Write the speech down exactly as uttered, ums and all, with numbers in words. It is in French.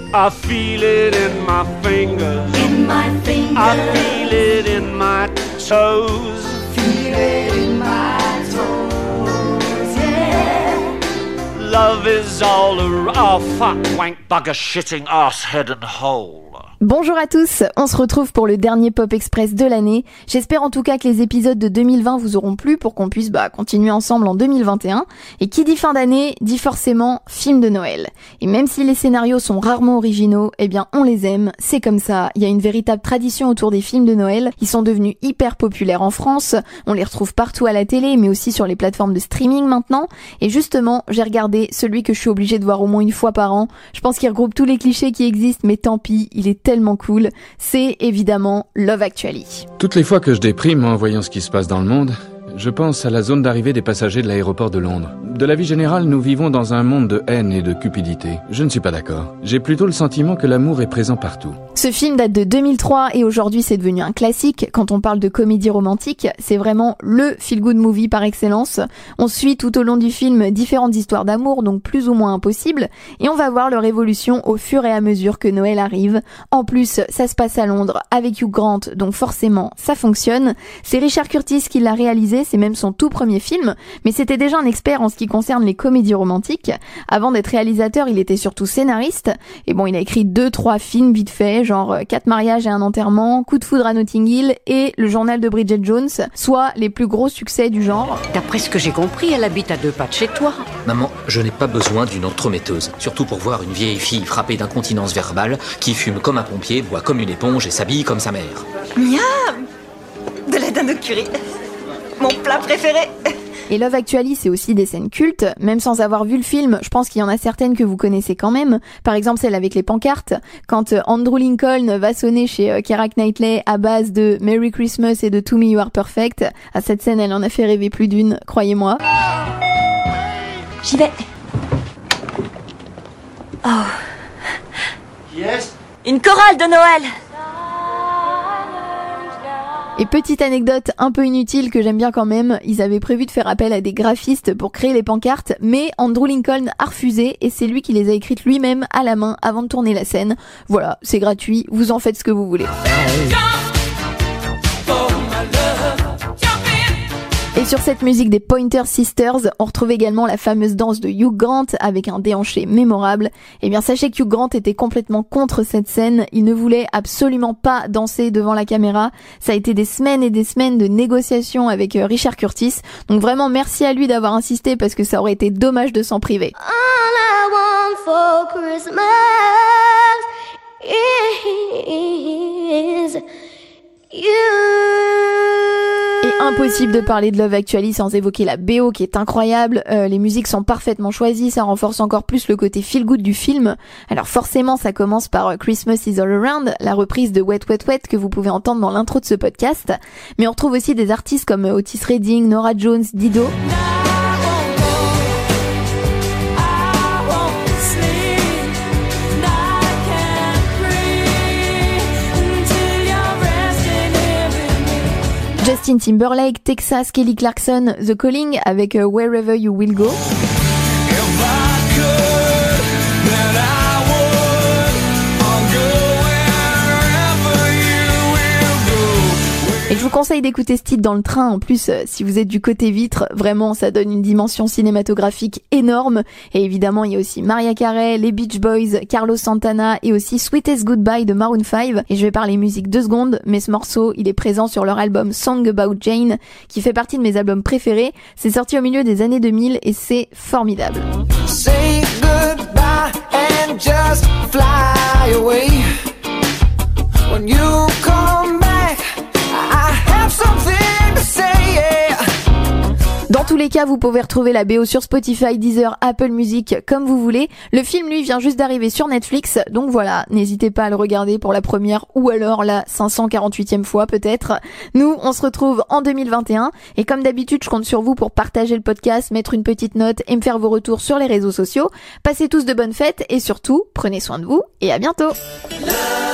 I feel it in my fingers, in my fingers. I feel it in my toes, Feel it in my toes, yeah. love is all around. Oh fuck, wank, bugger, shitting, ass, head and hole. Bonjour à tous, on se retrouve pour le dernier Pop Express de l'année. J'espère en tout cas que les épisodes de deux mille vingt vous auront plu pour qu'on puisse bah, continuer ensemble en deux mille vingt et un. Et qui dit fin d'année, dit forcément film de Noël. Et même si les scénarios sont rarement originaux, eh bien on les aime, c'est comme ça. Il y a une véritable tradition autour des films de Noël. Ils sont devenus hyper populaires en France, on les retrouve partout à la télé, mais aussi sur les plateformes de streaming maintenant. Et justement, j'ai regardé celui que je suis obligée de voir au moins une fois par an. Je pense qu'il regroupe tous les clichés qui existent, mais tant pis, il est tellement cool, c'est évidemment Love Actually. Toutes les fois que je déprime en voyant ce qui se passe dans le monde, je pense à la zone d'arrivée des passagers de l'aéroport de Londres. De la vie générale, nous vivons dans un monde de haine et de cupidité. Je ne suis pas d'accord. J'ai plutôt le sentiment que l'amour est présent partout. Ce film date de deux mille trois et aujourd'hui c'est devenu un classique. Quand on parle de comédie romantique, c'est vraiment le feel-good movie par excellence. On suit tout au long du film différentes histoires d'amour, donc plus ou moins impossibles, et on va voir leur évolution au fur et à mesure que Noël arrive. En plus, ça se passe à Londres avec Hugh Grant, donc forcément ça fonctionne. C'est Richard Curtis qui l'a réalisé, c'est même son tout premier film, mais c'était déjà un expert en ce qui concerne les comédies romantiques. Avant d'être réalisateur, il était surtout scénariste, et bon, il a écrit deux, trois films vite fait, genre Quatre mariages et un enterrement, Coup de foudre à Notting Hill et Le journal de Bridget Jones, soit les plus gros succès du genre. D'après ce que j'ai compris, elle habite à deux pas de chez toi. Maman, je n'ai pas besoin d'une entremetteuse. Surtout pour voir une vieille fille frappée d'incontinence verbale, qui fume comme un pompier, boit comme une éponge et s'habille comme sa mère. Miam! De la dinde au curry. Mon plat préféré. Et Love Actually, c'est aussi des scènes cultes. Même sans avoir vu le film, je pense qu'il y en a certaines que vous connaissez quand même. Par exemple, celle avec les pancartes. Quand Andrew Lincoln va sonner chez Keira Knightley à base de Merry Christmas et de To Me You Are Perfect. À cette scène, elle en a fait rêver plus d'une, croyez-moi. J'y vais. Oh. Yes? Une chorale de Noël. Et petite anecdote un peu inutile que j'aime bien quand même, ils avaient prévu de faire appel à des graphistes pour créer les pancartes, mais Andrew Lincoln a refusé et c'est lui qui les a écrites lui-même à la main avant de tourner la scène. Voilà, c'est gratuit, vous en faites ce que vous voulez. Et sur cette musique des Pointer Sisters, on retrouve également la fameuse danse de Hugh Grant avec un déhanché mémorable. Eh bien, sachez que Hugh Grant était complètement contre cette scène. Il ne voulait absolument pas danser devant la caméra. Ça a été des semaines et des semaines de négociations avec Richard Curtis. Donc vraiment, merci à lui d'avoir insisté parce que ça aurait été dommage de s'en priver. All I want for Christmas is you. Et impossible de parler de Love Actually sans évoquer la B O qui est incroyable. Euh, les musiques sont parfaitement choisies, ça renforce encore plus le côté feel good du film. Alors forcément, ça commence par Christmas is All Around, la reprise de Wet Wet Wet que vous pouvez entendre dans l'intro de ce podcast. Mais on retrouve aussi des artistes comme Otis Redding, Norah Jones, Dido. Justin Timberlake, Texas, Kelly Clarkson, The Calling avec uh, Wherever You Will Go. Et je vous conseille d'écouter ce titre dans le train. En plus, euh, si vous êtes du côté vitre, vraiment, ça donne une dimension cinématographique énorme. Et évidemment, il y a aussi Mariah Carey, les Beach Boys, Carlos Santana et aussi Sweetest Goodbye de Maroon five. Et je vais parler musique deux secondes, mais ce morceau, il est présent sur leur album Song About Jane, qui fait partie de mes albums préférés. C'est sorti au milieu des années deux mille et c'est formidable. Say goodbye and just fly away. When you come back, I have something to say, yeah. Dans tous les cas, vous pouvez retrouver la B O sur Spotify, Deezer, Apple Music, comme vous voulez. Le film, lui, vient juste d'arriver sur Netflix, donc voilà, n'hésitez pas à le regarder pour la première ou alors la cinq cent quarante-huitième fois peut-être. Nous, on se retrouve en deux mille vingt et un et comme d'habitude, je compte sur vous pour partager le podcast, mettre une petite note et me faire vos retours sur les réseaux sociaux. Passez tous de bonnes fêtes et surtout, prenez soin de vous et à bientôt. Love.